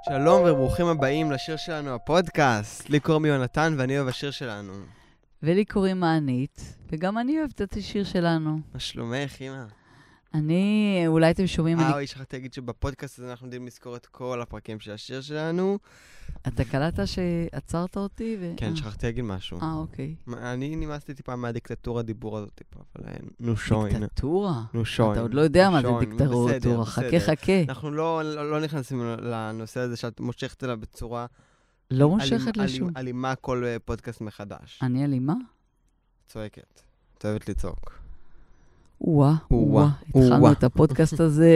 שלום וברוכים הבאים לשיר שלנו, הפודקאסט. לי קוראים יונתן ואני אוהב השיר שלנו. ולי קוראים מענית, וגם אני אוהבת את השיר שלנו. מה שלומך, אמא? אולי אתם שומעים... אוי, שכחתי להגיד שבפודקאסט הזה אנחנו יודעים לזכור את כל הפרקים של השיר שלנו. אתה קלטת שעצרת אותי? כן, שכחתי להגיד משהו. אוקיי. אני נמאסתי טיפה מהדיקטטורה דיבור הזאת טיפה, אבל נו שוין. דיקטטורה? נו שוין. אתה עוד לא יודע מה זה דיקטטורה. חכה. אנחנו לא נכנסים לנושא הזה שאת מושכת אליו בצורה... לא מושכת לשום. אלימה כל פודקאסט מחדש. אני אלימה? צועקת. את אוהבת לצעוק. וואה. התחלנו את הפודקאסט הזה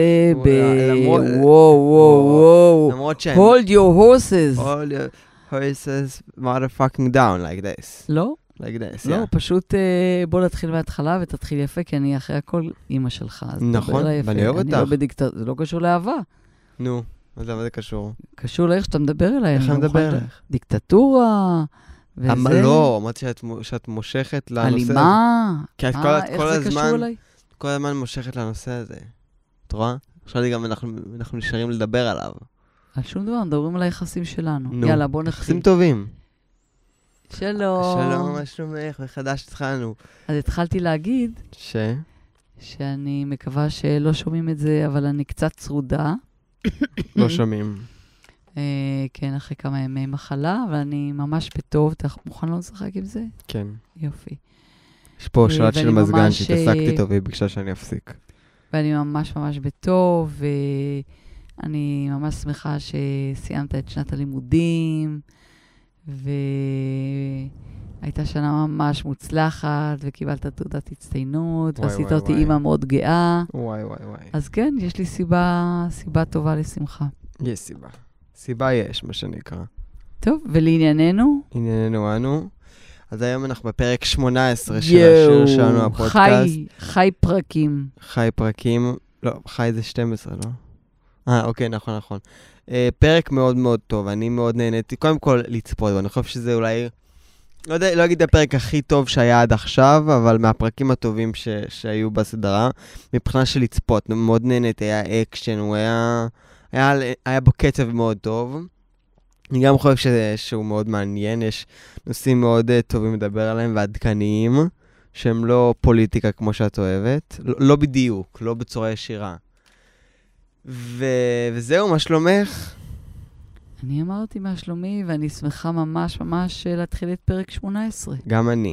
וואו. למרות שהם... Hold your horses. Hold your horses motherfucking down like this. לא? like this, לא, פשוט בוא נתחיל מההתחלה ותתחיל יפה, כי אני אחרי הכל אימא שלך. נכון, ואני אוהב אותך. זה לא קשור לאהבה. נו, אז למה זה קשור? קשור לאיך שאתה מדבר אליי. איך אני מדבר אליך? דיקטטורה, וזה... לא, אמרתי שאת מושכת לנושא הזה. אלימה? כי את איך זה קשור אליי? כל הזמן מושכת לנושא הזה. את רואה? עכשיו גם אנחנו נשארים לדבר עליו. על שום דבר, מדברים על היחסים שלנו. יאללה, בוא נתחיל. יחסים טובים. שלום. שלום, מה שלומך? מחדש התחלנו. אז התחלתי להגיד... שאני מקווה שלא שומעים את זה, אבל אני קצת צרודה. לא שומעים. כן, אחרי כמה ימי מחלה, אבל אני ממש בטוב. אתה מוכן לא לשחק עם זה? כן. יופי. יש פה שלט של מזגן שהתעסקתי טוב, והיא ביקשה שאני אפסיק. ואני ממש ממש בטוב, ואני ממש שמחה שסיימת את שנת הלימודים, והייתה שנה ממש מוצלחת, וקיבלת תעודת הצטיינות, ועשית אותי אימא מאוד גאה. וואי. אז כן, יש לי סיבה טובה לשמחה. יש סיבה. סיבה יש, מה שנקרא. טוב, ולענייננו? ענייננו אנו. אז היום אנחנו בפרק 18 של השיר שלנו, הפודקאסט. חי פרקים. חי פרקים. לא, חי זה 12, לא? אוקיי, נכון. פרק מאוד מאוד טוב, אני מאוד נהניתי. קודם כל, לצפות, ואני חושב שזה אולי... לא אגיד הפרק הכי טוב שהיה עד עכשיו, אבל מהפרקים הטובים שהיו בסדרה, מבחינה של לצפות, מאוד נהניתי, היה אקשן, הוא היה בו קצב מאוד טוב. אני גם חושב שהוא מאוד מעניין, יש נושאים מאוד טובים לדבר עליהם ועדכניים, שהם לא פוליטיקה כמו שאת אוהבת, לא בדיוק, לא בצורה ישירה. וזהו, מה שלומך? אני אמרתי מה שלומי, ואני שמחה ממש ממש להתחיל את פרק 18. גם אני.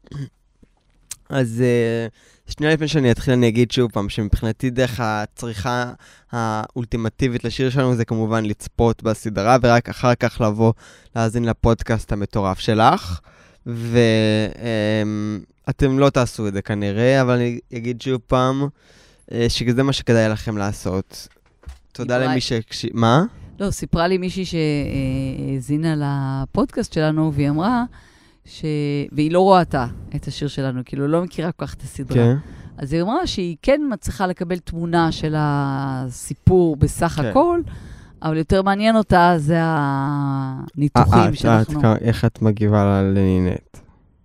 אז שנייה לפני שאני אתחיל, אני אגיד שוב פעם, שמבחינתי דרך הצריכה האולטימטיבית לשיר שלנו, זה כמובן לצפות בסדרה, ורק אחר כך לבוא להאזין לפודקאסט המטורף שלך. ואתם לא תעשו את זה כנראה, אבל אני אגיד שוב פעם, שזה מה שכדאי לכם לעשות. תודה למי מה? לא, סיפרה לי מישהי שהזינה לפודקאסט שלנו, והיא אמרה, והיא לא ראתה את השיר שלנו, כאילו לא מכירה כל כך את הסדרה. כן. אז היא אמרה שהיא כן מצליחה לקבל תמונה של הסיפור בסך הכל, אבל יותר מעניין אותה זה הניתוחים שאנחנו... איך את מגיבה לנינט?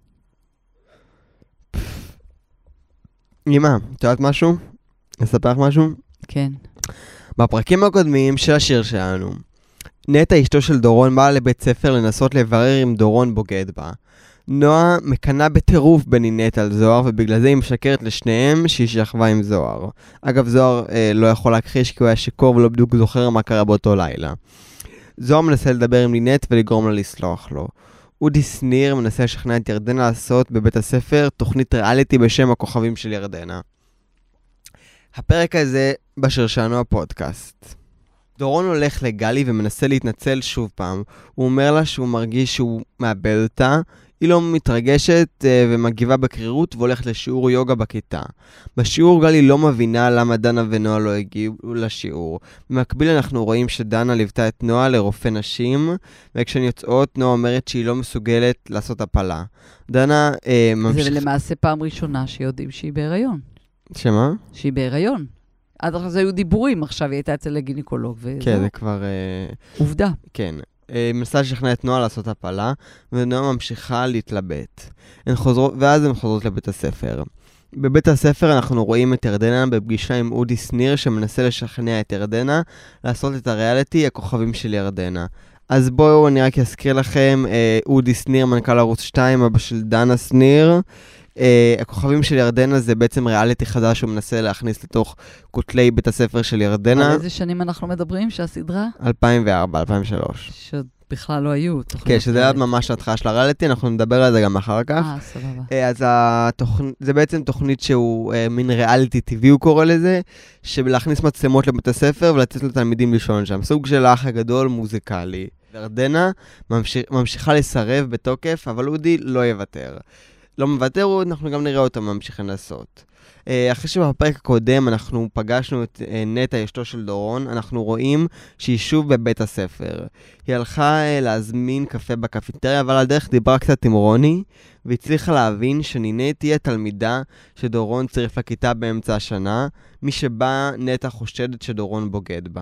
אמא, את יודעת משהו? נספר לך משהו? כן. בפרקים הקודמים של השיר שלנו, נטע אשתו של דורון באה לבית ספר לנסות לברר אם דורון בוגד בה. נועה מקנה בטירוף בנינט על זוהר, ובגלל זה היא משקרת לשניהם שהיא שכבה עם זוהר. אגב, זוהר לא יכול להכחיש כי הוא היה שיקור ולא בדיוק זוכר מה קרה באותו לילה. זוהר מנסה לדבר עם נינט ולגרום לה לסלוח לו. אודי שניר מנסה לשכנע את ירדנה לעשות בבית הספר תוכנית ריאליטי בשם הכוכבים של ירדנה. הפרק הזה בשיר שלנו, הפודקאסט. דורון הולך לגלי ומנסה להתנצל שוב פעם. הוא אומר לה שהוא מרגיש שהוא מאבד אותה. היא לא מתרגשת ומגיבה בקרירות והולכת לשיעור יוגה בכיתה. בשיעור גלי לא מבינה למה דנה ונועה לא הגיעו לשיעור. במקביל אנחנו רואים שדנה ליוותה את נועה לרופא נשים, וכשהן יוצאות נועה אומרת שהיא לא מסוגלת לעשות הפלה. דנה ממשיך... זה למעשה פעם ראשונה שיודעים שהיא בהיריון. שמה? שהיא בהיריון. עד עכשיו זה היו דיבורים, עכשיו היא הייתה אצל הגינקולוג. כן, זה כבר... עובדה. כן. מנסה לשכנע את נועה לעשות הפלה, ונועה ממשיכה להתלבט. ואז הן חוזרות לבית הספר. בבית הספר אנחנו רואים את ירדנה בפגישה עם אודי שניר, שמנסה לשכנע את ירדנה לעשות את הריאליטי, הכוכבים של ירדנה. אז בואו אני רק אזכיר לכם, אודי שניר, מנכ"ל ערוץ 2, אבא של דנה שניר. הכוכבים של ירדנה זה בעצם ריאליטי חדש שהוא מנסה להכניס לתוך כותלי בית הספר של ירדנה. על איזה שנים אנחנו מדברים שהסדרה? 2004, 2003. שעוד בכלל לא היו. כן, שזה היה ממש התחלה של הריאליטי, אנחנו נדבר על זה גם אחר כך. סבבה. אז זה בעצם תוכנית שהוא מין ריאליטי טבעי, הוא קורא לזה, שלהכניס מצלמות לבית הספר ולתת לתלמידים לישון שם. סוג של האח הגדול מוזיקלי. ירדנה ממשיכה לסרב בתוקף, אבל אודי לא יוותר. לא מוותר, אנחנו גם נראה אותו ממשיך לנסות. אחרי שבפרק הקודם אנחנו פגשנו את נטע, אשתו של דורון, אנחנו רואים שהיא שוב בבית הספר. היא הלכה להזמין קפה בקפיטריה, אבל על דרך דיברה קצת עם רוני, והצליחה להבין שנינת תהיה תלמידה שדורון צריך לכיתה באמצע השנה, מי שבה נטע חושדת שדורון בוגד בה.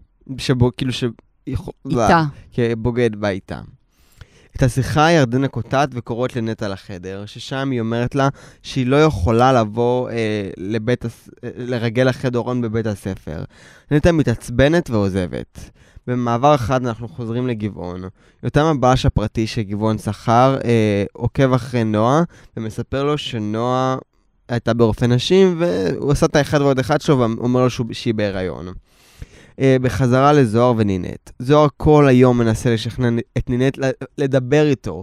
איתה. בוגד בה איתה. את השיחה ירדנה קוטעת וקוראת לנטע לחדר, ששם היא אומרת לה שהיא לא יכולה לבוא לרגל אחרי דורון בבית הספר. נטע מתעצבנת ועוזבת. במעבר אחד אנחנו חוזרים לגבעון. יותם הבלש הפרטי שגבעון שכר עוקב אחרי נועה, ומספר לו שנועה הייתה ברופא נשים, והוא עשה את האחד ועוד אחד שלו, ואומר לו שהיא בהיריון. בחזרה לזוהר ונינת. זוהר כל היום מנסה לשכנע את נינת לדבר איתו.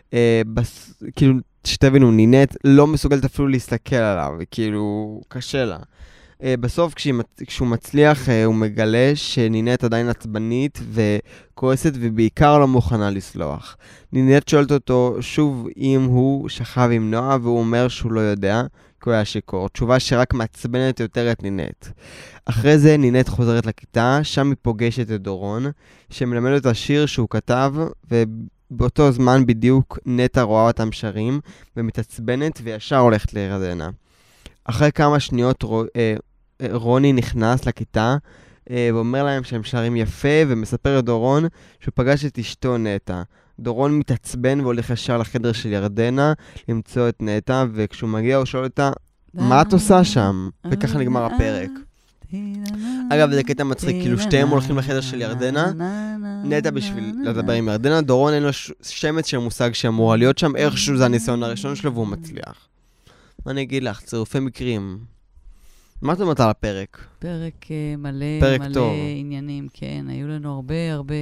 כאילו, שתבינו, נינת לא מסוגלת אפילו להסתכל עליו, כאילו, קשה לה. בסוף, כשהוא מצליח, הוא מגלה שנינת עדיין עצבנית וכועסת, ובעיקר לא מוכנה לסלוח. נינת שואלת אותו שוב אם הוא שכב עם נועה, והוא אומר שהוא לא יודע, כי הוא היה שיקור. תשובה שרק מעצבנת יותר את נינת. אחרי זה נינת חוזרת לכיתה, שם היא פוגשת את דורון, שמלמד את השיר שהוא כתב, ובאותו זמן בדיוק נטע רואה אותם שרים, ומתעצבנת וישר הולכת לירדנה. אחרי כמה שניות רוני נכנס לכיתה, ואומר להם שהם שרים יפה, ומספר לדורון שהוא פגש את אשתו נטע. דורון מתעצבן והולך ישר לחדר של ירדנה, למצוא את נטע, וכשהוא מגיע הוא שואל אותה, מה את עושה שם? וככה נגמר הפרק. אגב, זה קטע מצחיק, כאילו שתיהם הולכים לחדר של ירדנה, נטע בשביל לדבר עם ירדנה, דורון אין לו שמץ של מושג שאמורה להיות שם, איכשהו זה הניסיון הראשון שלו והוא מצליח. מה אני אגיד לך? צירופי מקרים. מה את אומרת על הפרק? פרק מלא עניינים, כן, היו לנו הרבה...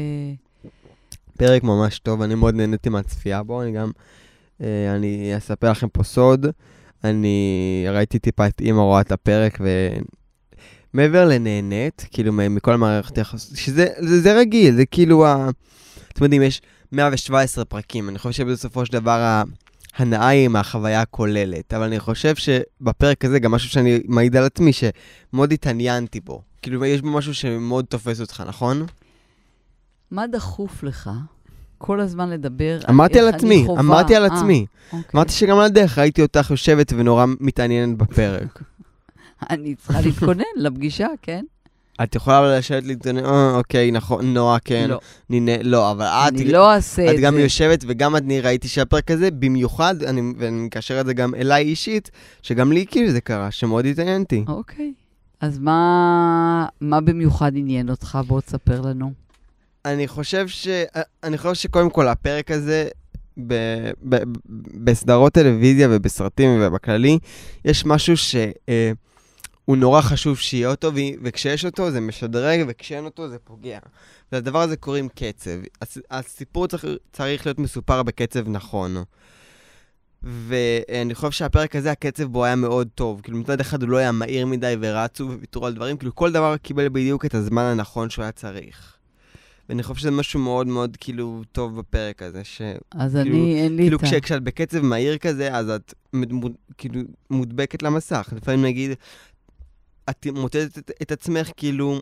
פרק ממש טוב, אני מאוד נהניתי מהצפייה בו, אני אספר לכם פה סוד, אני ראיתי טיפה את אמא רואה את הפרק, ומעבר לנהנית, כאילו מכל המערכת יחס, שזה רגיל, זה כאילו, אתם יודעים, יש 117 פרקים, אני חושב שבסופו של דבר הנאה היא מהחוויה הכוללת, אבל אני חושב שבפרק הזה גם משהו שאני מעיד על עצמי, שמאוד התעניינתי בו, כאילו יש בו משהו שמאוד תופס אותך, נכון? מה דחוף לך כל הזמן לדבר על אמרתי איך על עצמי, אני חובה? אמרתי על עצמי. אמרתי שגם על הדרך ראיתי אותך יושבת ונורא מתעניינת בפרק. אני צריכה להתכונן לפגישה, כן? את יכולה לשבת להתכונן, אוקיי, נכון, נועה, כן. לא. לא, אבל את... אני לא אעשה את זה. את גם יושבת, וגם אני ראיתי שהפרק הזה, במיוחד, ואני מקשר את זה גם אליי אישית, שגם לי כאילו זה קרה, שמאוד התעניינתי. אוקיי. אז מה במיוחד עניין אותך? בוא תספר לנו. אני חושב שקודם כל הפרק הזה, בסדרות טלוויזיה ובסרטים ובכללי, יש משהו שהוא נורא חשוב שיהיה אותו, וכשיש אותו זה משדרג, וכשאין אותו זה פוגע. והדבר הזה קוראים קצב. הסיפור צריך להיות מסופר בקצב נכון. ואני חושב שהפרק הזה, הקצב בו היה מאוד טוב. כאילו מצד אחד הוא לא היה מהיר מדי ורצו וויתרו על דברים, כאילו כל דבר קיבל בדיוק את הזמן הנכון שהוא היה צריך. ואני חושב שזה משהו מאוד מאוד כאילו טוב בפרק הזה, אז אני אין לי כאילו כשאת בקצב מהיר כזה, אז את כאילו מודבקת למסך. לפעמים נגיד, את מוטטת את עצמך כאילו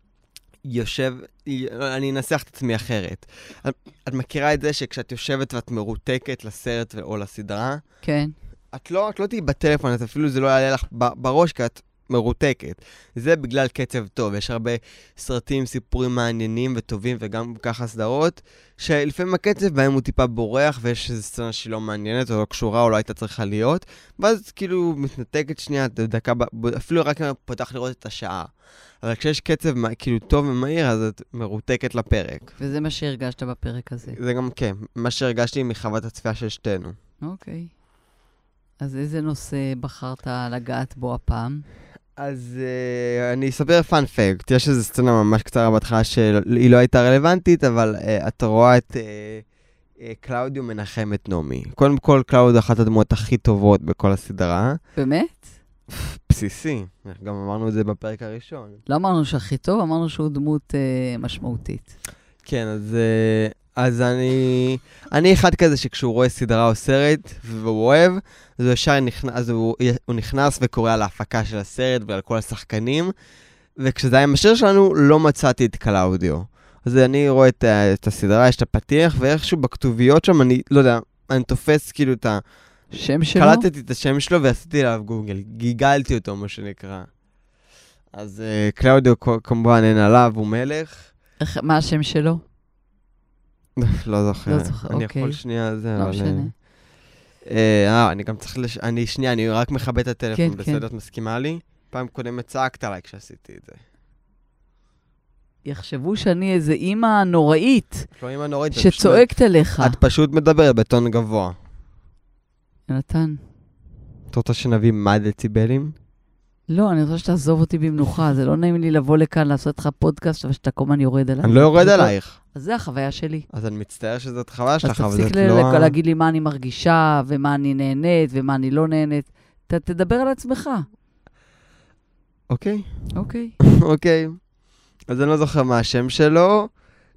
אני אנסח את עצמי אחרת. את מכירה את זה שכשאת יושבת ואת מרותקת לסרט או לסדרה, כן. את לא תהי בטלפון, אז אפילו זה לא יעלה לך בראש, כי את מרותקת. זה בגלל קצב טוב. יש הרבה סרטים, סיפורים מעניינים וטובים, וגם ככה סדרות, שלפעמים הקצב בהם הוא טיפה בורח, ויש איזו סצנה שהיא לא מעניינת, או לא קשורה, או לא הייתה צריכה להיות, ואז כאילו מתנתקת שנייה, דקה, אפילו רק פותח לראות את השעה. אבל כשיש קצב כאילו טוב ומהיר, אז את מרותקת לפרק. וזה מה שהרגשת בפרק הזה. זה גם, כן, מה שהרגשתי מחוות הצפייה של שתינו. אוקיי. אז איזה נושא בחרת לגעת בו הפעם? אז אני אספר פאנפקט. יש איזו סצנה ממש קצרה בהתחלה שהיא לא הייתה רלוונטית, אבל אתה רואה את קלאודיו מנחם את נעמי. קודם כל, קלאודיו אחת הדמות הכי טובות בכל הסדרה. באמת? בסיסי. גם אמרנו את זה בפרק הראשון. לא אמרנו שהכי טוב, אמרנו שהוא דמות משמעותית. כן, אז אני אחד כזה שכשהוא רואה סדרה או סרט והוא אוהב, אז הוא ישר הוא נכנס וקורא על ההפקה של הסרט ועל כל השחקנים, וכשזה היה משאיר שלנו, לא מצאתי את קלאודיו. אז אני רואה את הסדרה, יש את הפתיח, ואיכשהו בכתוביות שם, אני לא יודע, אני תופס כאילו את שם שלו? קלטתי את השם שלו ועשיתי עליו גוגל, גיגלתי אותו, מה שנקרא. אז קלאודיו כמובן אין עליו, הוא מלך. מה השם שלו? לא זוכר. אני אוקיי. יכול שנייה זה, לא אבל... משנה. אני גם צריך אני רק מכבד את הטלפון, כן, בסדר, כן. את מסכימה לי? פעם קודמת צעקת עליי כשעשיתי את זה. יחשבו שאני איזה אימא נוראית, לא אימא נוראית. שצועקת עליך. את פשוט מדברת בטון גבוה. נתן. את רוצה שנביא מה דציבלים? לא, אני רוצה שתעזוב אותי במנוחה. זה לא נעים לי לבוא לכאן לעשות לך פודקאסט, אבל שאתה כל הזמן יורד עליי. אני לא יורד עלייך. אז זה החוויה שלי. אז אני מצטער שזאת חוויה שלך, אבל אז זאת תפסיק לא... להגיד לי מה אני מרגישה, ומה אני נהנית, ומה אני לא נהנית. תדבר על עצמך. אוקיי. אוקיי. אוקיי. אז אני לא זוכר מה השם שלו,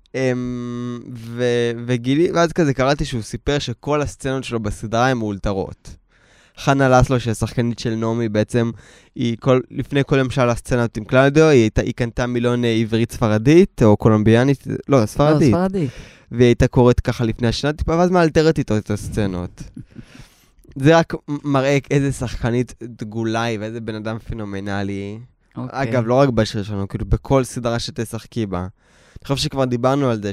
ואז כזה קראתי שהוא סיפר שכל הסצנות שלו בסדרה הן מאולתרות. חנה לסלו, שהשחקנית של נעמי, בעצם לפני כל למשל הסצנות עם קלאודיו, היא קנתה מילון עברית ספרדית, או קולומביאנית, לא, ספרדית. לא, ספרדית. והיא הייתה קוראת ככה לפני השנה טיפה, ואז מאלתרת איתו את הסצנות. זה רק מראה איזה שחקנית דגולי, ואיזה בן אדם פנומנלי. אגב, לא רק בשיר שלנו, כאילו בכל סדרה שתשחקי בה. אני חושב שכבר דיברנו על זה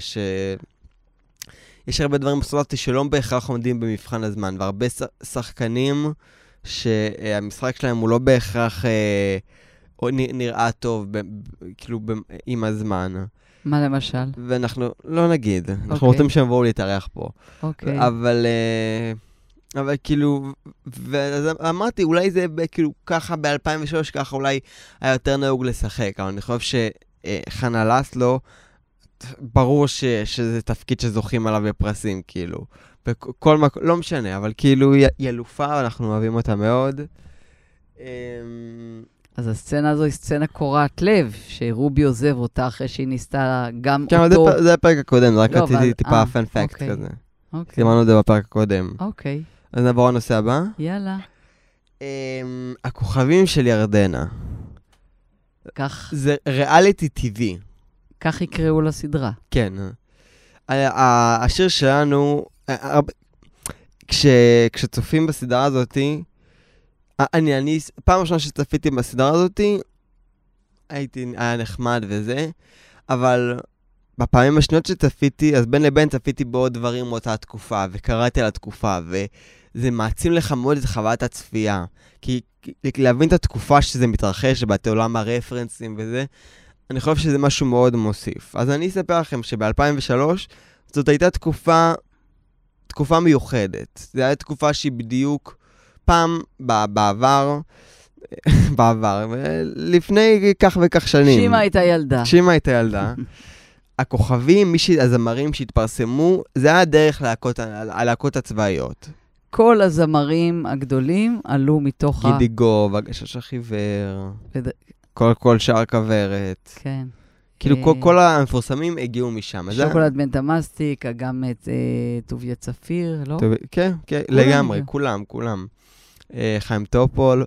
יש הרבה דברים בסדרתי שלא בהכרח עומדים במבחן הזמן, והרבה שחקנים שהמשחק שלהם הוא לא בהכרח נראה טוב, כאילו עם הזמן. מה למשל? ואנחנו לא נגיד, אנחנו רוצים שהם בואו להתארח פה. אוקיי. אבל כאילו, ואז אמרתי, אולי זה כאילו ככה ב-2003, ככה אולי היה יותר נהוג לשחק, אבל אני חושב שחנה לסלו, ברור שזה תפקיד שזוכים עליו בפרסים, כאילו. בכל מקום, לא משנה, אבל כאילו היא אלופה, אנחנו אוהבים אותה מאוד. אז הסצנה הזו היא סצנה קורעת לב, שרובי עוזב אותה אחרי שהיא ניסתה גם כן, אותו... כן, זה הפרק הקודם, רק רציתי טיפה פן פקט כזה. סימנו את זה בפרק הקודם. אוקיי. אז נעבור לנושא הבא. יאללה. הכוכבים של ירדנה. כך. זה ריאליטי טבעי. כך יקראו לסדרה. כן. השיר שלנו, כשצופים בסדרה הזאת, אני פעם ראשונה שצפיתי בסדרה הזאת, היה נחמד וזה, אבל בפעמים השניות שצפיתי, אז בין לבין צפיתי בעוד דברים מאותה תקופה, וקראתי על התקופה, וזה מעצים לך מאוד את חוויית הצפייה. כי להבין את התקופה שזה מתרחש, בעולם הרפרנסים וזה, אני חושב שזה משהו מאוד מוסיף. אז אני אספר לכם שב-2003, זאת הייתה תקופה מיוחדת. זו הייתה תקופה שהיא בדיוק פעם בעבר, לפני כך וכך שנים. שימה הייתה ילדה. הכוכבים, הזמרים שהתפרסמו, זה היה דרך הלהקות הצבאיות. כל הזמרים הגדולים עלו מתוך גידי גוב, הגשש החיוור, כל שער כוורת. כן. כאילו כל המפורסמים הגיעו משם. שוקולד בן תמאסטיק, גם את טוביה צפיר, לא? כן, לגמרי, כולם. חיים טופול.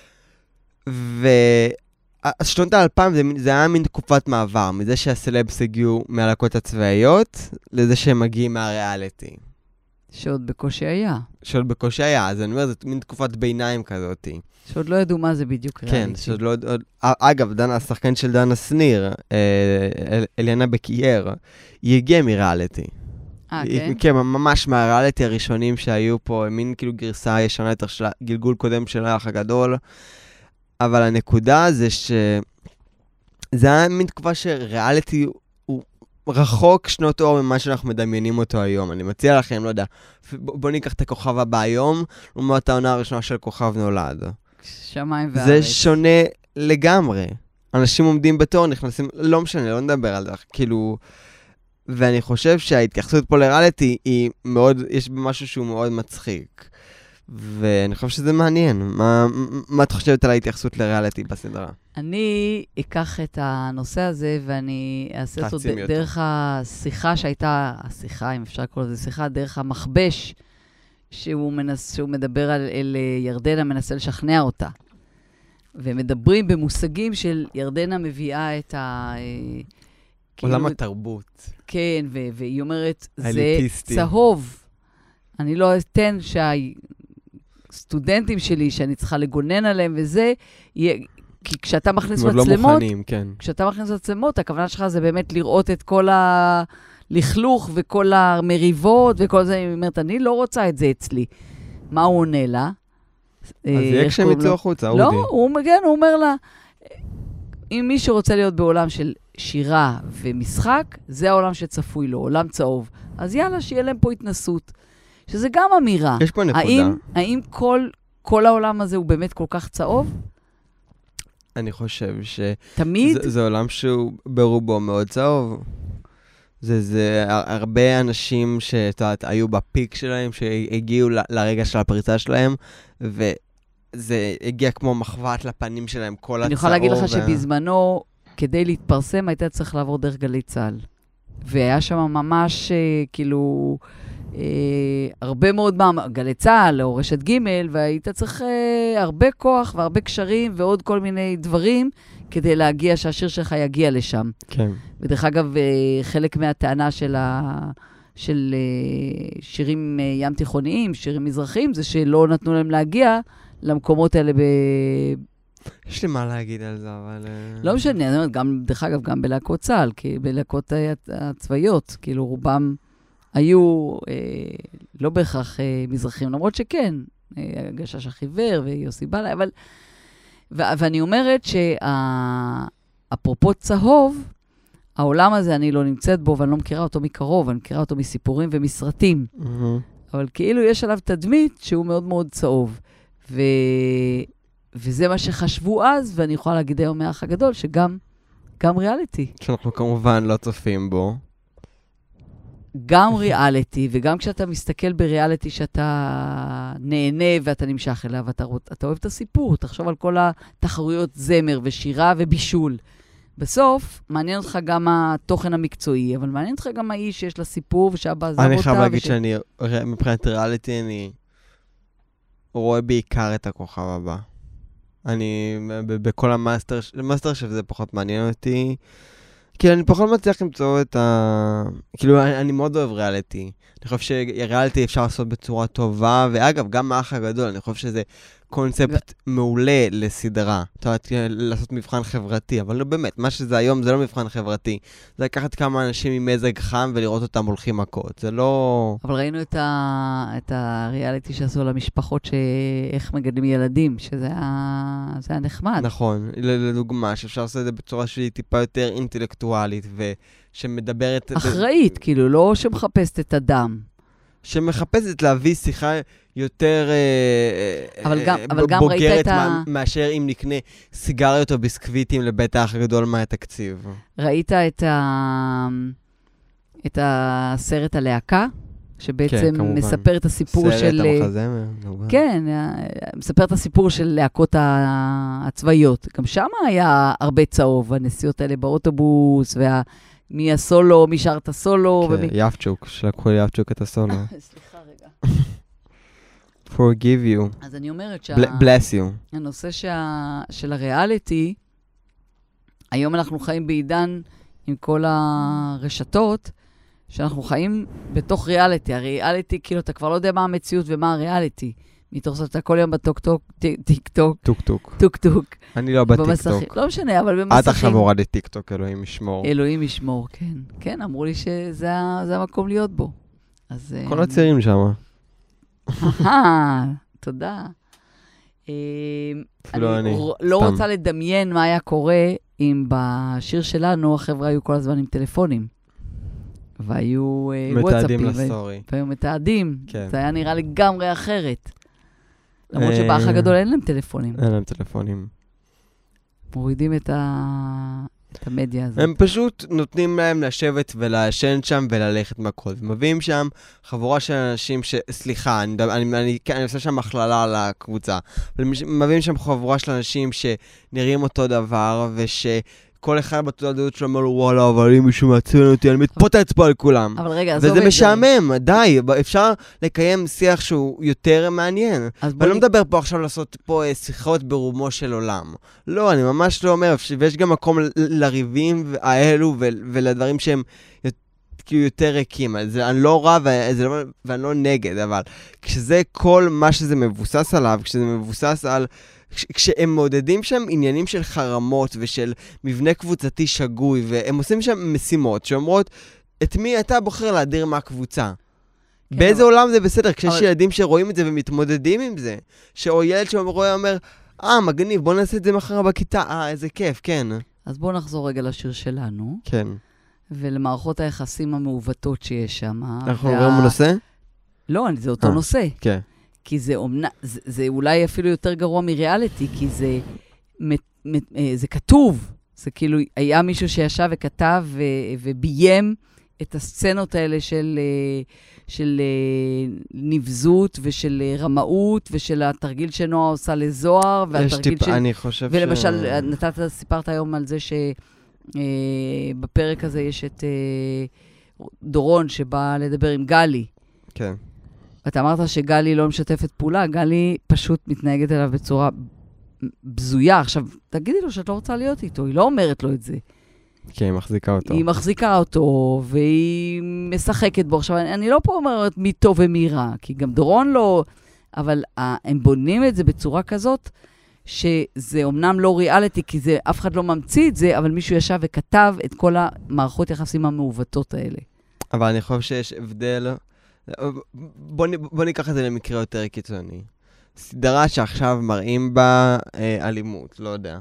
שנות ה-2000 זה היה מין תקופת מעבר, מזה שהסלבס הגיעו מהלהקות הצבאיות, לזה שהם מגיעים מהריאליטי. שעוד בקושי היה. שעוד בקושי היה, אז אני אומר, זאת מין תקופת ביניים כזאת. שעוד לא ידעו מה זה בדיוק ריאליטי. כן, שעוד לא... אגב, השחקן של דנה שניר, אליאנה בקייר, היא הגיעה מריאליטי. כן? כן, ממש מהריאליטי הראשונים שהיו פה, מין כאילו גרסה ישנה יותר של גלגול קודם של האח הגדול. אבל הנקודה זה זה היה מין תקופה שריאליטי הוא רחוק שנות אור ממה שאנחנו מדמיינים אותו היום. אני מציע לכם, לא יודע, בוא ניקח את הכוכב הבא היום, לעומת העונה הראשונה של כוכב נולד. שמיים וארץ. זה שונה לגמרי. אנשים עומדים בתור, נכנסים, לא משנה, לא נדבר על זה, כאילו... ואני חושב שההתייחסות פה לריאליטי היא מאוד, יש משהו שהוא מאוד מצחיק. ואני חושב שזה מעניין. מה את חושבת על ההתייחסות לריאליטי בסדרה? אני אקח את הנושא הזה ואני אעשה אותו דרך השיחה שהייתה, השיחה, אם אפשר לקרוא לזה שיחה, דרך המחבש שהוא מדבר על ירדנה, מנסה לשכנע אותה. ומדברים במושגים של ירדנה מביאה את עולם התרבות. כן, והיא אומרת, זה צהוב. אני לא אתן שהסטודנטים שלי, שאני צריכה לגונן עליהם וזה, כי כשאתה מכניס מצלמות, לא מוכנים, כן. כשאתה מכניס מצלמות, הכוונה שלך זה באמת לראות את כל הלכלוך וכל המריבות וכל זה. היא אומרת, אני לא רוצה את זה אצלי. מה הוא עונה לה? אז יהיה כשהם יצאו החוצה, אודי. לא, הוא אומר לה, אם מי שרוצה להיות בעולם של שירה ומשחק, זה העולם שצפוי לו, עולם צהוב. אז יאללה, שיהיה להם פה התנסות. שזה גם אמירה. יש פה נקודה. האם כל העולם הזה הוא באמת כל כך צהוב? אני חושב תמיד? זה עולם שהוא ברובו מאוד צהוב. זה הרבה אנשים שהיו בפיק שלהם, שהגיעו לרגע של הפריצה שלהם, וזה הגיע כמו מחוות לפנים שלהם, כל הצהוב. אני יכולה להגיד לך שבזמנו, כדי להתפרסם, היית צריך לעבור דרך גלי צהל. והיה שם ממש כאילו... הרבה מאוד גלי צהל או רשת ג' והיית צריך הרבה כוח והרבה קשרים ועוד כל מיני דברים כדי להגיע, שהשיר שלך יגיע לשם. כן. ודרך אגב, חלק מהטענה של שירים ים תיכוניים, שירים מזרחיים, זה שלא נתנו להם להגיע למקומות האלה יש לי מה להגיד על זה, אבל... לא משנה, אני אומרת, דרך אגב, גם בלהקות צהל, כי בלהקות הצבאיות, כאילו רובם... היו לא בהכרח מזרחים, למרות שכן, גשש החיוור ויוסי בלה, אבל... ואני אומרת שאפרופו צהוב, העולם הזה אני לא נמצאת בו, ואני לא מכירה אותו מקרוב, אני מכירה אותו מסיפורים ומסרטים. אבל כאילו יש עליו תדמית שהוא מאוד מאוד צהוב. וזה מה שחשבו אז, ואני יכולה להגיד היום מהאח הגדול, שגם ריאליטי. שאנחנו כמובן לא צופים בו. גם ריאליטי, וגם כשאתה מסתכל בריאליטי שאתה נהנה ואתה נמשך אליו, אתה אוהב את הסיפור, תחשוב על כל התחרויות זמר ושירה ובישול. בסוף, מעניין אותך גם התוכן המקצועי, אבל מעניין אותך גם האיש שיש לה סיפור ושאבא עזב אותה. אני חייב להגיד שאני, מבחינת ריאליטי, אני רואה בעיקר את הכוכב הבא. אני, בכל המאסטר שף זה פחות מעניין אותי. כאילו, אני פחות מצליח למצוא את כאילו, אני מאוד אוהב ריאליטי. אני חושב שריאליטי אפשר לעשות בצורה טובה, ואגב, גם האח הגדול, אני חושב שזה קונספט מעולה לסדרה. אתה יודעת, לעשות מבחן חברתי, אבל לא באמת, מה שזה היום זה לא מבחן חברתי. זה לקחת כמה אנשים עם מזג חם ולראות אותם הולכים מכות. זה לא... אבל ראינו את הריאליטי שעשו על המשפחות שאיך מגדלים ילדים, שזה היה נחמד. נכון, לדוגמה, שאפשר לעשות את זה בצורה שהיא טיפה יותר אינטלקטואלית, ושמדברת... אחראית, כאילו, לא שמחפשת את הדם. שמחפשת להביא שיחה יותר אבל גם בוגרת מאשר אם נקנה סיגריות או ביסקוויטים לבית האח הגדול מהתקציב. ראית את הסרט הלהקה? שבעצם מספר את הסיפור של... סרט המחזמר. כן, מספר את הסיפור של להקות הצבאיות. גם שם היה הרבה צהוב, הנסיעות האלה באוטובוס, מי הסולו, מי שר את הסולו. כן, יפצ'וק, שלקחו ליפצ'וק את הסולו. סליחה רגע. Forgive you. אז אני אומרת bless you. הנושא של הריאליטי, היום אנחנו חיים בעידן עם כל הרשתות, שאנחנו חיים בתוך ריאליטי. הריאליטי, כאילו, אתה כבר לא יודע מה המציאות ומה הריאליטי. מתוך זאת, אתה כל יום בטוק-טוק, טיק-טוק. טוק-טוק. טוק-טוק. אני לא בטיק-טוק. לא משנה, אבל במסכים. את עכשיו הורדת טיק-טוק, אלוהים ישמור. אלוהים ישמור, כן. כן, אמרו לי שזה המקום להיות בו. כל הצעירים שם. תודה. לא אני לא רוצה לדמיין מה היה קורה אם בשיר שלנו החבר'ה היו כל הזמן עם טלפונים. והיו וואטסאפים. מתעדים לסטורי. והיו מתעדים. כן. זה היה נראה לגמרי אחרת. למרות שבאח הגדול אין להם טלפונים. אין להם טלפונים. מורידים את המדיה הזאת. הם פשוט נותנים להם לשבת ולעשן שם וללכת מכות. מביאים שם חבורה של אנשים סליחה, אני עושה שם הכללה על הקבוצה. מביאים שם חבורה של אנשים שנראים אותו דבר, כל אחד בתעודת שלו אומר לו, וואלה, אבל אם מישהו מעצבן אותי, אני מתפוט האצבע על כולם. אבל רגע, עזוב את זה. וזה משעמם, די, אפשר לקיים שיח שהוא יותר מעניין. ואני לא מדבר פה עכשיו לעשות פה שיחות ברומו של עולם. לא, אני ממש לא אומר, ויש גם מקום לריבים האלו ולדברים שהם כאילו יותר ריקים. אני לא רע ואני לא נגד, אבל כשזה כל מה שזה מבוסס עליו, כשזה מבוסס על כשהם מעודדים שם עניינים של חרמות ושל מבנה קבוצתי שגוי, והם עושים שם משימות שאומרות, את מי אתה בוחר להדיר מהקבוצה? כן, באיזה עולם זה בסדר? כשיש ילדים שרואים את זה ומתמודדים עם זה, או ילד שאומר, מגניב, בוא נעשה את זה מחר בכיתה, איזה כיף, כן. אז בוא נחזור רגע לשיר שלנו. כן. ולמערכות היחסים המעוותות שיש שם. אנחנו עוברים בנושא? לא, זה אותו נושא. כן. כי זה אולי אפילו יותר גרוע מריאליטי, כי זה כתוב. זה כאילו, היה מישהו שישב וכתב וביים את הסצנות האלה של נבזות ושל רמאות ושל התרגיל שנועה עושה לזוהר. יש טיפה, אני חושב ולמשל, סיפרת היום על זה שבפרק הזה יש את דורון שבא לדבר עם גלי. כן. ואתה אמרת שגלי לא משתפת פעולה, גלי פשוט מתנהגת אליו בצורה בזויה. עכשיו, תגידי לו שאת לא רוצה להיות איתו, היא לא אומרת לו את זה. כן, היא מחזיקה אותו. היא מחזיקה אותו, והיא משחקת בו. עכשיו, אני לא פה אומרת מי טוב ומי רע, כי גם דורון לא... אבל הם בונים את זה בצורה כזאת, שזה אומנם לא ריאליטי, כי אף אחד לא ממציא את זה, אבל מישהו ישב וכתב את כל המערכות יחסים המעוותות האלה. אבל אני חושב שיש הבדל... בוא ניקח את זה למקרה יותר קיצוני. סדרה שעכשיו מראים בה אלימות, לא יודע.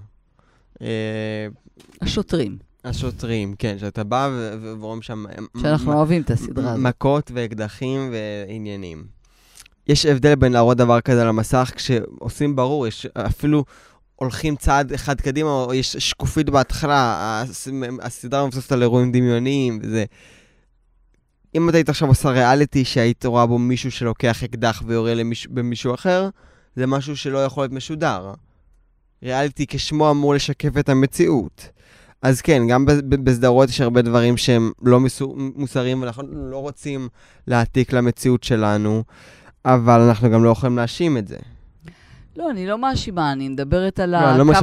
השוטרים, כן, שאתה בא ורואים שם... שאנחנו אוהבים את הסדרה הזאת. מכות ואקדחים ועניינים. יש הבדל בין להראות דבר כזה על המסך, כשעושים ברור, יש אפילו הולכים צעד אחד קדימה, או יש שקופית בהתחלה, הסדרה מבוססת על אירועים דמיוניים, וזה... אם אתה היית עכשיו עושה ריאליטי שהיית רואה בו מישהו שלוקח אקדח ויורה במישהו אחר, זה משהו שלא יכול להיות משודר. ריאליטי כשמו אמור לשקף את המציאות. אז כן, גם בסדרות יש הרבה דברים שהם לא מוסריים, ואנחנו לא רוצים להעתיק למציאות שלנו, אבל אנחנו גם לא יכולים להאשים את זה. לא, אני לא מאשימה, אני מדברת על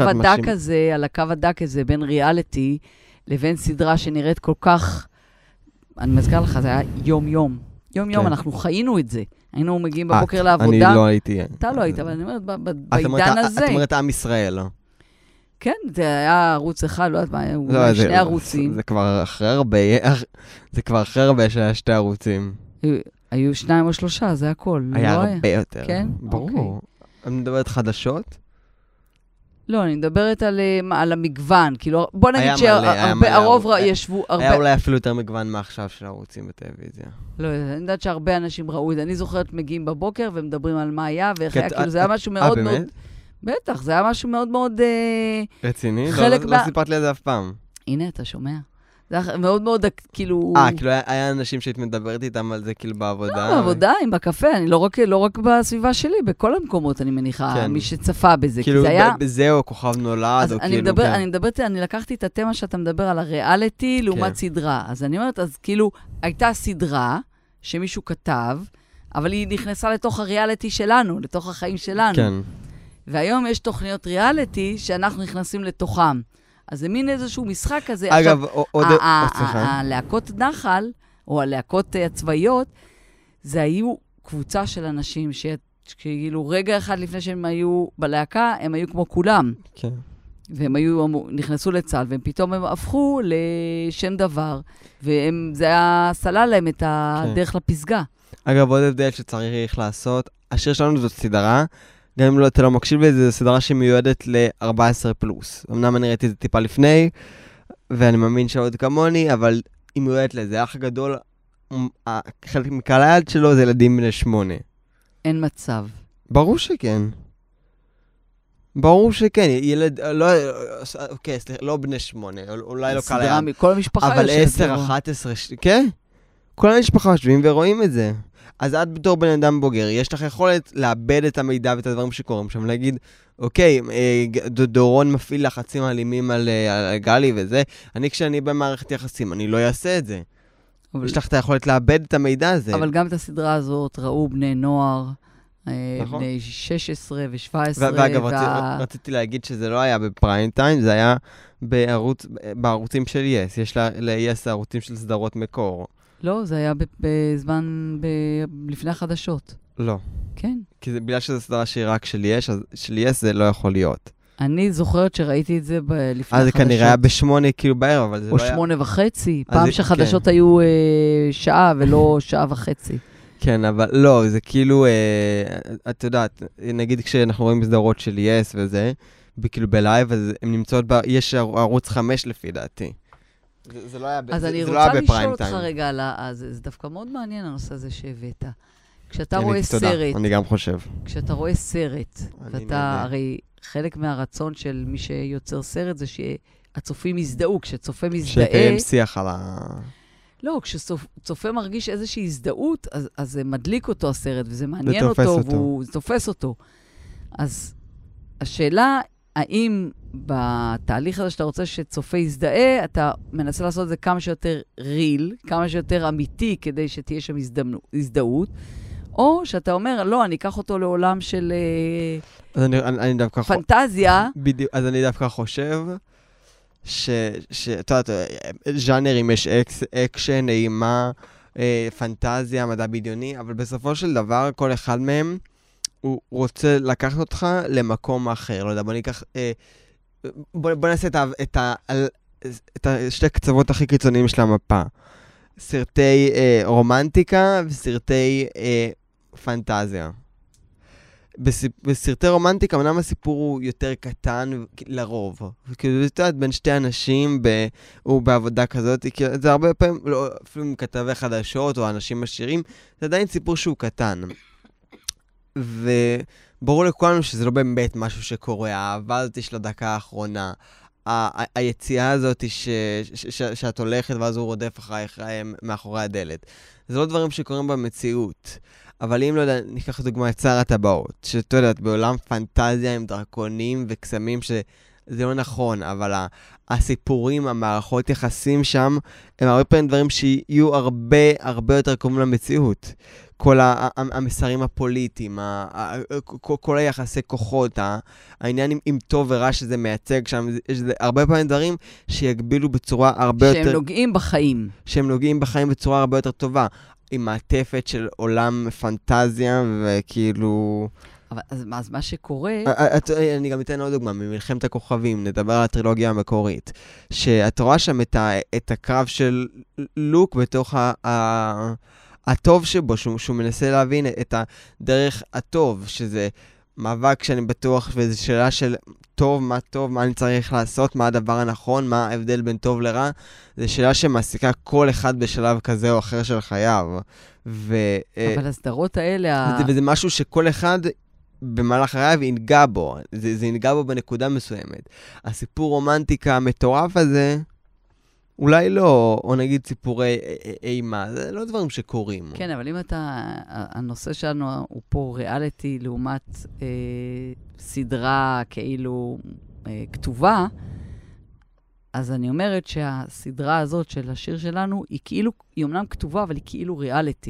הקו הדק הזה בין ריאליטי לבין סדרה שנראית כל כך... אני מזכיר לך, זה היה יום-יום. יום-יום, אנחנו חיינו את זה. היינו מגיעים בבוקר לעבודה. אני לא הייתי. אתה לא היית, אבל אני אומרת, בעידן הזה... את אומרת עם ישראל, לא? כן, זה היה ערוץ אחד, לא יודעת מה, אולי שני ערוצים. זה כבר אחרי הרבה שהיה שתי ערוצים. היו 2 או 3, זה הכל. היה הרבה יותר. כן? ברור. אני מדברת חדשות? לא, אני מדברת על המגוון, כאילו, בוא נגיד שהרוב ישבו... היה אולי אפילו יותר מגוון מעכשיו של ערוצים בטלוויזיה. לא, אני יודעת שהרבה אנשים ראו את זה. אני זוכרת מגיעים בבוקר ומדברים על מה היה, ואיך היה, כאילו, זה היה משהו מאוד מאוד... באמת? בטח, זה היה משהו מאוד מאוד... רציני? לא סיפרת לי את זה אף פעם. הנה, אתה שומע? זה היה מאוד מאוד, כאילו... כאילו היה אנשים שהיית מדברת איתם על זה כאילו בעבודה? לא, בעבודה, עם בקפה, אני לא רק בסביבה שלי, בכל המקומות אני מניחה, מי שצפה בזה. כאילו בזה או כוכב נולד, או כאילו... אני לקחתי את התמה שאתה מדבר על הריאליטי לעומת סדרה. אז אני אומרת, אז כאילו, הייתה סדרה שמישהו כתב, אבל היא נכנסה לתוך הריאליטי שלנו, לתוך החיים שלנו. כן. והיום יש תוכניות ריאליטי שאנחנו נכנסים לתוכם. אז זה מין איזשהו משחק כזה. אגב, הלהקות נחל, או הלהקות הצבאיות, זה היו קבוצה של אנשים שכאילו רגע אחד לפני שהם היו בלהקה, הם היו כמו כולם. כן. והם נכנסו לצה"ל, והם פתאום הם הפכו לשם דבר, וזה היה סלל להם את הדרך לפסגה. אגב, עוד הבדל שצריך לעשות, השיר שלנו זאת סדרה, גם אם אתה לא מקשיב לזה, זו סדרה שמיועדת ל-14+. אמנם אני ראיתי את זה טיפה לפני, ואני מאמין שעוד כמוני, אבל היא מיועדת לזה. האח הגדול, חלק מקהל היעד שלו זה ילדים בני 8. אין מצב. ברור שכן. ברור שכן, ילד, לא, אוקיי, סליחה, לא בני 8, אולי לא קהל היעד. כל המשפחה אבל 10, 11, כן? כל המשפחה יושבים ורואים את זה. אז את בתור בן אדם בוגר, יש לך יכולת לאבד את המידע ואת הדברים שקורים שם, להגיד, אוקיי, דורון מפעיל לחצים אלימים על גלי וזה, כשאני במערכת יחסים, אני לא אעשה את זה. יש לך את היכולת לאבד את המידע הזה. אבל גם את הסדרה הזאת ראו בני נוער, בני 16 ו-17. ואגב, רציתי להגיד שזה לא היה בפריים טיים, זה היה בערוצים של יס. יש ל-יס ערוצים של סדרות מקור. לא, זה היה בזמן לפני החדשות. לא. כן. כי בגלל שזו סדרה שהיא רק של יס, זה לא יכול להיות. אני זוכרת שראיתי את זה לפני החדשות. אז זה כנראה היה ב8 כאילו בערב, אבל זה לא היה... או 8:30. פעם שחדשות היו שעה ולא שעה וחצי. כן, אבל לא, זה כאילו, את יודעת, נגיד כשאנחנו רואים בסדרות של יס וזה, כאילו בלייב, אז הן נמצאות, יש ערוץ 5 לפי דעתי. זה לא היה בפריים טיים. אז אני רוצה לשאול אותך רגע, זה דווקא מאוד מעניין הנושא הזה שהבאת. כשאתה רואה סרט... תודה, אני גם חושב. כשאתה רואה סרט, ואתה הרי חלק מהרצון של מי שיוצר סרט זה שהצופים יזדהו, כשצופה מזדהה... שקיים שיח על ה... לא, כשצופה מרגיש איזושהי הזדהות, אז זה מדליק אותו הסרט, וזה מעניין אותו, והוא תופס אותו. אז השאלה, האם בתהליך הזה שאתה רוצה שצופה יזדהה, אתה מנסה לעשות את זה כמה שיותר ריל, כמה שיותר אמיתי, כדי שתהיה שם הזדהות, או שאתה אומר, לא, אני אקח אותו לעולם של פנטזיה. בדיוק, אז אני דווקא חושב שאתה יודעת, ז'אנרים יש אקשן, נעימה, פנטזיה, מדע בדיוני, אבל בסופו של דבר, כל אחד מהם, הוא רוצה לקחת אותך למקום אחר. לא יודע, בוא נעשה את שתי קצוות הכי קיצוניים של המפה. סרטי רומנטיקה וסרטי פנטזיה. בסרטי רומנטיקה, אמנם הסיפור הוא יותר קטן לרוב. כאילו, אתה יודע, בין שתי אנשים, הוא בעבודה כזאת, זה הרבה פעמים, אפילו מכתבי חדשות או אנשים עשירים, זה עדיין סיפור שהוא קטן. וברור לכולנו שזה לא באמת משהו שקורה, האהבה הזאת של הדקה האחרונה, היציאה הזאת שאת הולכת ואז הוא רודף אחרייך מאחורי הדלת. זה לא דברים שקורים במציאות. אבל אם לא יודע, ניקח דוגמה את שר הטבעות, שאתה יודעת, בעולם פנטזיה עם דרקונים וקסמים, שזה לא נכון, אבל הסיפורים, המערכות יחסים שם, הם הרבה פעמים דברים שיהיו הרבה יותר קרובים למציאות. כל המסרים הפוליטיים, כל היחסי כוחות, העניין עם טוב ורע שזה מייצג שם, יש הרבה פעמים דברים שיגבילו בצורה הרבה יותר... שהם נוגעים בחיים. שהם נוגעים בחיים בצורה הרבה יותר טובה. עם מעטפת של עולם פנטזיה, וכאילו... אז מה שקורה... אני גם אתן עוד דוגמה, ממלחמת הכוכבים, נדבר על הטרילוגיה המקורית, שאת רואה שם את הקרב של לוק בתוך הטוב שבו, שהוא מנסה להבין את הדרך הטוב, שזה מאבק שאני בטוח, וזו שאלה של טוב, מה אני צריך לעשות, מה הדבר הנכון, מה ההבדל בין טוב לרע, זו שאלה שמעסיקה כל אחד בשלב כזה או אחר של חייו. אבל הסדרות האלה... וזה משהו שכל אחד במהלך חייו ינגע בו, זה ינגע בו בנקודה מסוימת. הסיפור רומנטיקה המטורף הזה, אולי לא, או נגיד סיפורי אימה, זה לא דברים שקורים. כן, אבל אם הנושא שלנו הוא פה ריאליטי לעומת סדרה כאילו כתובה, אז אני אומרת שהסדרה הזאת של השיר שלנו, היא אומנם כתובה, אבל היא כאילו ריאליטי.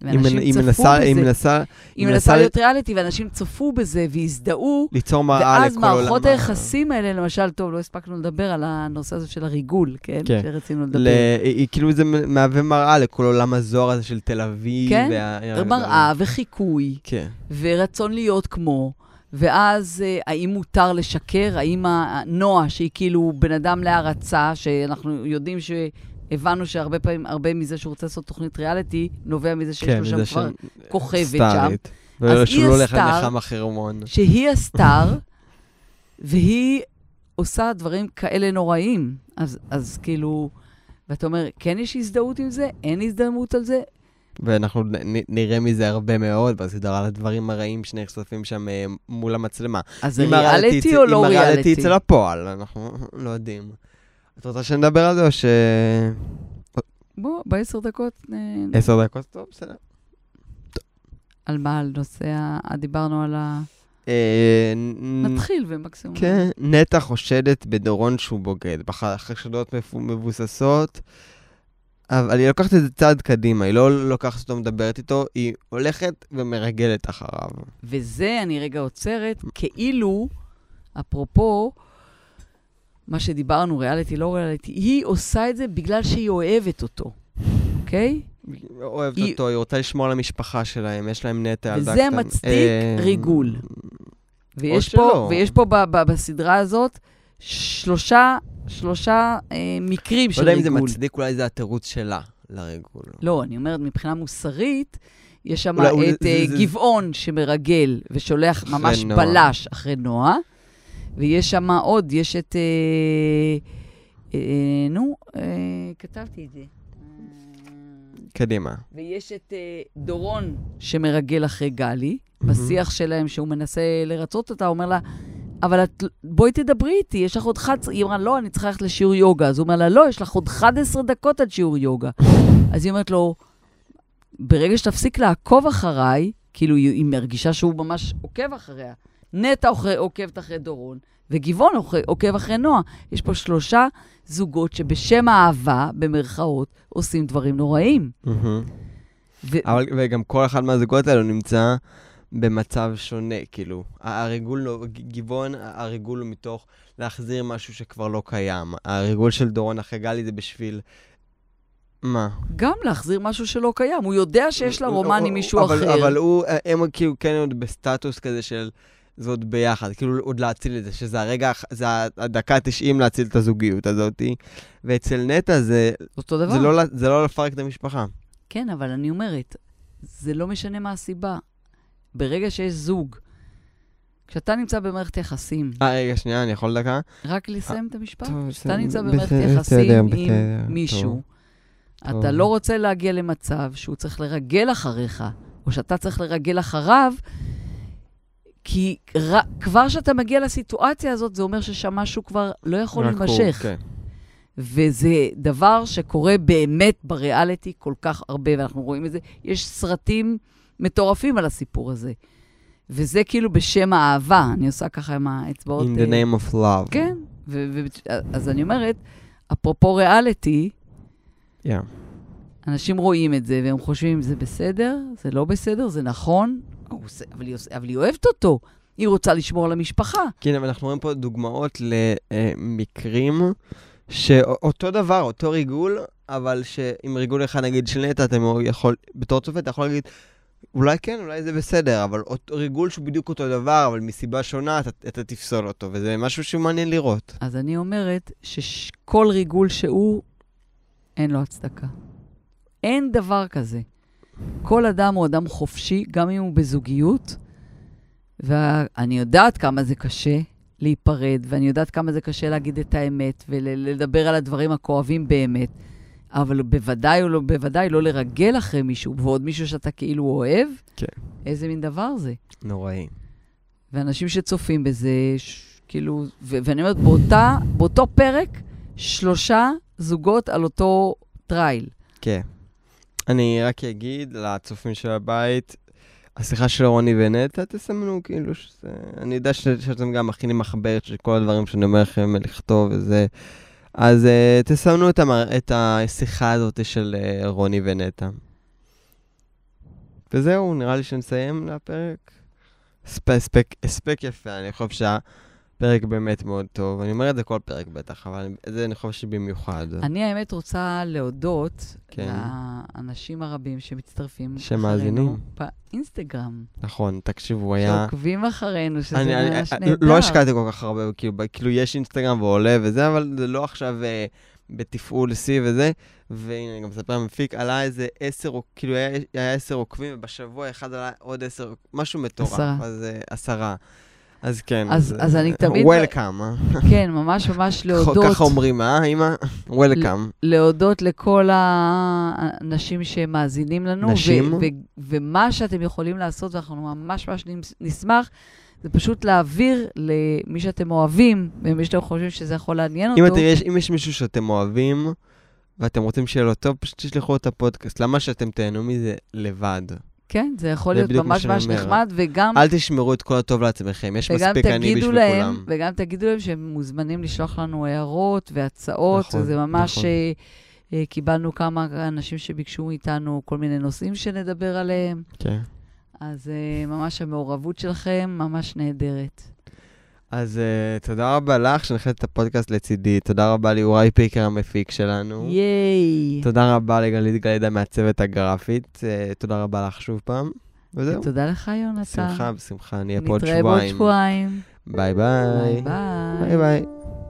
ואנשים צפו בזה. היא מנסה להיות ריאליטי, ואנשים צפו בזה והזדהו. ליצור מראה לכל עולמה. ואז מערכות היחסים האלה, למשל, טוב, לא הספקנו לדבר על הנושא הזה של הריגול, כן? שרצינו לדבר. כאילו זה מהווה מראה לכל עולם הזוהר הזה של תל אביב. כן, מראה וחיקוי, ורצון להיות כמו, ואז האם מותר לשקר, האם הנועה, שהיא כאילו בן אדם להרצה, שאנחנו יודעים הבנו שהרבה פעמים, הרבה מזה שהוא רוצה לעשות תוכנית ריאליטי, נובע מזה שיש לו שם כבר כוכבת שם. אז היא הסטאר, שהיא הסטאר, והיא עושה דברים כאלה נוראים. אז כאילו, ואתה אומר, כן יש הזדהות עם זה? אין הזדהות על זה? ואנחנו נראה מזה הרבה מאוד, בסדרה על הדברים הרעים שנחשפים שם מול המצלמה. אז זה ריאליטי או לא ריאליטי? אם הריאליטי אצל הפועל, אנחנו לא יודעים. את רוצה שנדבר על זה או ש... בוא, ב10 דקות... 10 דקות? טוב, בסדר. על מה? על נושא... דיברנו על ה... נתחיל ומקסימום. כן, נטע חושדת בדורון שהוא בוגד. בחשדות מבוססות, אבל היא לוקחת את זה צעד קדימה, היא לא לוקחת אותו, מדברת איתו, היא הולכת ומרגלת אחריו. וזה, אני רגע עוצרת, כאילו, אפרופו, מה שדיברנו, ריאליטי, לא ריאליטי, היא עושה את זה בגלל שהיא אוהבת אותו, אוקיי? אוהבת אותו, היא רוצה לשמור על המשפחה שלהם, יש להם נטע. וזה מצדיק ריגול. ויש פה בסדרה הזאת שלושה מקרים של ריגול. לא יודע אם זה מצדיק, אולי זה התירוץ שלה לריגול. לא, אני אומרת, מבחינה מוסרית, יש שם את גבעון שמרגל ושולח ממש בלש אחרי נועה, ויש שם עוד, יש את... כתבתי את זה. קדימה. ויש את דורון שמרגל אחרי גלי, בשיח שלהם שהוא מנסה לרצות אותה, הוא אומר לה, אבל בואי תדברי איתי, יש לך עוד 11... היא אמרה, לא, אני צריכה ללכת לשיעור יוגה. אז הוא אומר לה, לא, יש לך עוד 11 דקות עד שיעור יוגה. אז היא אומרת לו, ברגע שתפסיק לעקוב אחריי, כאילו היא מרגישה שהוא ממש עוקב אחריה. נטע עוקבת אחרי דורון, וגבעון עוקב אחרי נועה. יש פה 3 זוגות שבשם האהבה, במרכאות, עושים דברים נוראים. וגם כל אחד מהזוגות האלו נמצא במצב שונה, כאילו. גבעון, הריגול הוא מתוך להחזיר משהו שכבר לא קיים. הריגול של דורון אחרי גלי זה בשביל... מה? גם להחזיר משהו שלא קיים. הוא יודע שיש לה רומן עם מישהו אחר. אבל הם כאילו כן עוד בסטטוס כזה של זאת ביחד. כאילו עוד להציל את זה, שזה הרגע, זה הדקה 90 להציל את הזוגיות הזאת. ואצל נטע זה... אותו דבר. זה לא לפרק את המשפחה. כן, אבל אני אומרת, זה לא משנה מה הסיבה. ברגע שיש זוג, כשאתה נמצא במערכת יחסים... רגע, שנייה, אני יכול דקה? רק לסיים את המשפט. כשאתה נמצא במערכת יחסים עם מישהו, אתה לא רוצה להגיע למצב שהוא צריך לרגל אחריך, או שאתה צריך לרגל אחריו, כי כבר שאתה מגיע לסיטואציה הזאת, זה אומר ששם משהו כבר לא יכול להימשך. וזה דבר שקורה באמת בריאליטי כל כך הרבה, ואנחנו רואים את זה. יש סרטים מטורפים על הסיפור הזה. וזה כאילו בשם האהבה. אני עושה ככה עם האצבעות. In the name of love. כן. אז אני אומרת, אפרופו ריאליטי, אנשים רואים את זה, והם חושבים, זה בסדר, זה לא בסדר, זה נכון, אבל היא אוהבת אותו. היא רוצה לשמור על המשפחה. כן, אבל אנחנו רואים פה דוגמאות למקרים שאותו דבר, אותו ריגול, אבל שעם ריגול אחד נגיד של נטע, אתה יכול, בתור צופה, אתה יכול להגיד, אולי כן, אולי זה בסדר, אבל ריגול שהוא בדיוק אותו דבר, אבל מסיבה שונה, אתה תפסול אותו, וזה משהו שמעניין לראות. אז אני אומרת שכל ריגול שהוא, אין לו הצדקה. אין דבר כזה. כל אדם הוא אדם חופשי, גם אם הוא בזוגיות, ואני יודעת כמה זה קשה להיפרד, ואני יודעת כמה זה קשה להגיד את האמת, ולדבר על הדברים הכואבים באמת, אבל בוודאי לא לרגל אחרי מישהו, ועוד מישהו שאתה כאילו אוהב, כן. איזה מין דבר זה. נוראי. ואנשים שצופים בזה, כאילו, ואני אומרת, באותו פרק, 3 זוגות על אותו טרייל. כן. אני רק אגיד לצופים של הבית, השיחה של רוני ונטע, תסמנו כאילו שזה... אני יודע שאתם גם מכינים מחברת של כל הדברים שאני אומר לכם לכתוב וזה. אז תסמנו את השיחה הזאת של רוני ונטע. וזהו, נראה לי שנסיים לפרק. הספק יפה, אני חושב שהפרק באמת מאוד טוב. אני אומר את זה כל פרק בטח, אבל זה אני חושב שבמיוחד. אני האמת רוצה להודות כן. לאנשים הרבים שמצטרפים שמאזינים. באינסטגרם. נכון, תקשיבו, הוא היה... שעוקבים אחרינו, שזה ממש נהדר. לא השקעתי כל כך הרבה, כאילו יש אינסטגרם ועולה וזה, אבל זה לא עכשיו בתפעול C וזה, והנה, אני גם מספר מפיק, עלה איזה 10, כאילו היה 10 עוקבים, ובשבוע אחד עלה עוד 10, משהו מטורף. 10. אז 10. אז כן. אז אני תמיד... Welcome. כן, ממש להודות. ככה אומרים, אמא? Welcome. להודות לכל האנשים שמאזינים לנו. נשים. ומה שאתם יכולים לעשות, ואנחנו ממש נשמח, זה פשוט להעביר למי שאתם אוהבים, ומי שאתם חושבים שזה יכול לעניין אותו. אם יש מישהו שאתם אוהבים, ואתם רוצים שיהיה לו טוב, פשוט תשלחו את הפודקאסט. למה שאתם תהנו מזה לבד? כן, זה יכול להיות ממש נחמד, וגם... אל תשמרו את כל הטוב לעצמכם, יש מספיק אני בשביל כולם. וגם תגידו להם שהם מוזמנים לשלוח לנו הערות והצעות, נכון, וזה ממש... נכון. קיבלנו כמה אנשים שביקשו מאיתנו כל מיני נושאים שנדבר עליהם. כן. אז ממש המעורבות שלכם ממש נהדרת. אז תודה רבה לך שנחלת את הפודקאסט לצידי. תודה רבה ליוראי פיקר המפיק שלנו. ייי. תודה רבה לגלית גלידה מהצוות הגרפית. תודה רבה לך שוב פעם. וזהו. תודה לך, יונתן. בשמחה, נהיה פה עוד שבועיים. נתראה בעוד שבועיים. ביי ביי. ביי ביי. ביי ביי.